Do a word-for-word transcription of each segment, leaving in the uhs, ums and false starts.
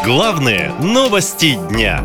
Главные новости дня.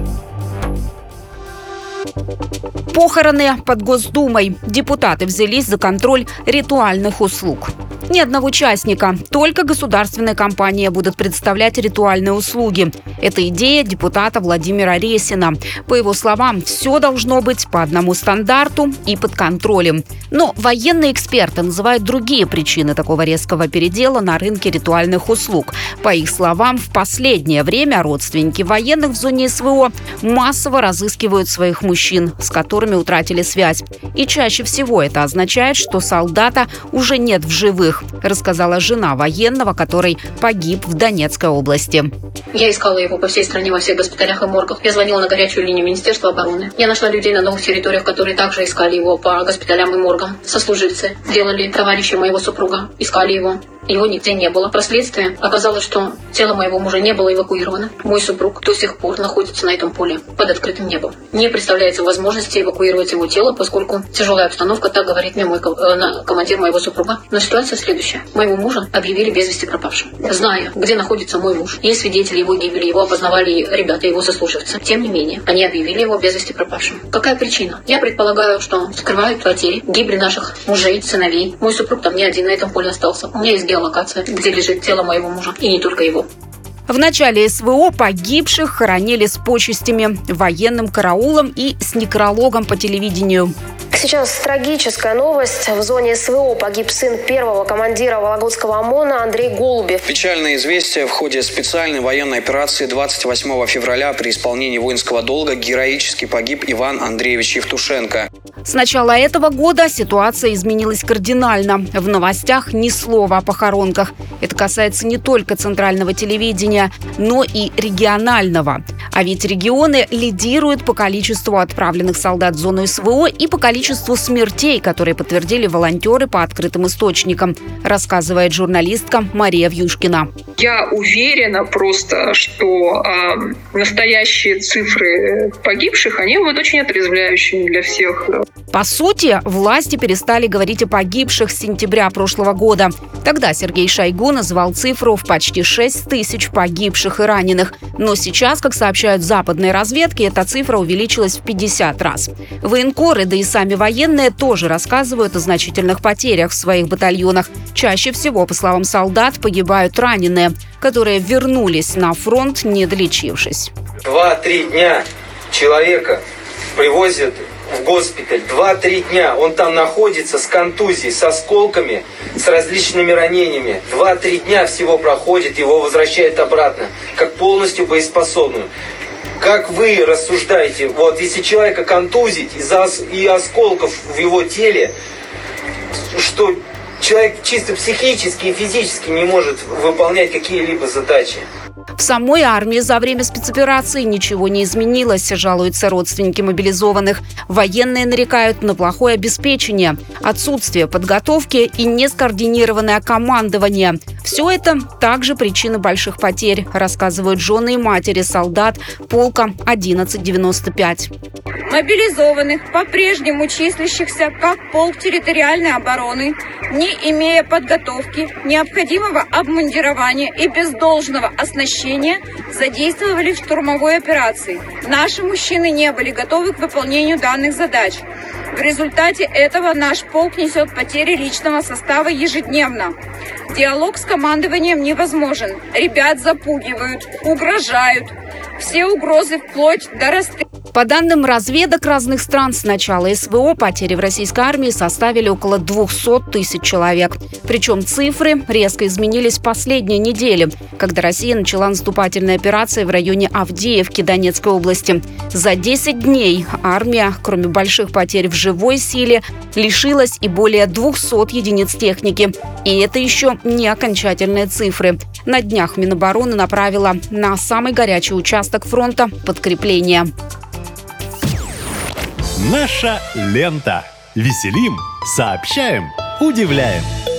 Похороны под Госдумой. Депутаты взялись за контроль ритуальных услуг. Ни одного участника, только государственные компании будут представлять ритуальные услуги. Это идея депутата Владимира Ресина. По его словам, все должно быть по одному стандарту и под контролем. Но военные эксперты называют другие причины такого резкого передела на рынке ритуальных услуг. По их словам, в последнее время родственники военных в зоне СВО массово разыскивают своих мужчин, с которыми утратили связь. И чаще всего это означает, что солдата уже нет в живых, рассказала жена военного, который погиб в Донецкой области. Я искала его по всей стране, во всех госпиталях и моргах. Я звонила на горячую линию Министерства обороны. Я нашла людей на новых территориях, которые также искали его по госпиталям и моргам. Сослуживцы делали, товарищи моего супруга искали его. Его нигде не было. Впоследствии оказалось, что тело моего мужа не было эвакуировано. Мой супруг до сих пор находится на этом поле под открытым небом. Не представляется возможности эвакуировать его тело, поскольку тяжелая обстановка, так говорит мне мой э, командир моего супруга. Но ситуация следующая. Моего мужа объявили без вести пропавшим. Зная, где находится мой муж, есть свидетели его гибели, его опознавали ребята, его сослуживцы. Тем не менее, они объявили его без вести пропавшим. Какая причина? Я предполагаю, что скрывают потери, гибли наших мужей, сыновей. Мой супруг там не один на этом поле остался. У меня есть локация, где лежит тело моего мужа, и не только его. В начале СВО погибших хоронили с почестями, военным караулом и с некрологом по телевидению. Сейчас трагическая новость. В зоне СВО погиб сын первого командира Вологодского ОМОНа Андрей Голубев. Печальное известие: в ходе специальной военной операции двадцать восьмого февраля при исполнении воинского долга героически погиб Иван Андреевич Евтушенко. С начала этого года ситуация изменилась кардинально. В новостях ни слова о похоронках. Это касается не только центрального телевидения, но и регионального. А ведь регионы лидируют по количеству отправленных солдат в зону СВО и по количеству смертей, которые подтвердили волонтеры по открытым источникам, рассказывает журналистка Мария Вьюшкина. Я уверена просто, что э, настоящие цифры погибших, они будут очень отрезвляющими для всех. По сути, власти перестали говорить о погибших с сентября прошлого года. Тогда Сергей Шойгу назвал цифру в почти шесть тысяч погибших и раненых. Но сейчас, как сообщают западные разведки, эта цифра увеличилась в пятьдесят раз. Военкоры, да и сами военные тоже рассказывают о значительных потерях в своих батальонах. Чаще всего, по словам солдат, погибают раненые, которые вернулись на фронт, не долечившись. Два-три дня человека привозят в госпиталь. Два-три дня он там находится с контузией, с осколками, с различными ранениями. Два-три дня всего проходит, его возвращают обратно, как полностью боеспособную. Как вы рассуждаете, вот если человека контузить из-за и осколков в его теле, что человек чисто психически и физически не может выполнять какие-либо задачи? В самой армии за время спецоперации ничего не изменилось, жалуются родственники мобилизованных. Военные нарекают на плохое обеспечение, отсутствие подготовки и нескоординированное командование. Все это также причина больших потерь, рассказывают жены и матери солдат полка одиннадцать девяносто пять. Мобилизованных, по-прежнему числящихся как полк территориальной обороны, не имея подготовки, необходимого обмундирования и без должного оснащения, задействовали в штурмовой операции. Наши мужчины не были готовы к выполнению данных задач. В результате этого наш полк несет потери личного состава ежедневно. Диалог с командованием невозможен. Ребят запугивают, угрожают. Все угрозы вплоть до расстрела. По данным разведок разных стран, с начала СВО потери в российской армии составили около двухсот тысяч человек. Причем цифры резко изменились в последние недели, когда Россия начала наступательные операции в районе Авдеевки Донецкой области. За десять дней армия, кроме больших потерь в живой силе, лишилась и более двухсот единиц техники. И это еще не окончательные цифры. На днях Минобороны направила на самый горячий участок фронта подкрепление. Наша лента. Веселим, сообщаем, удивляем.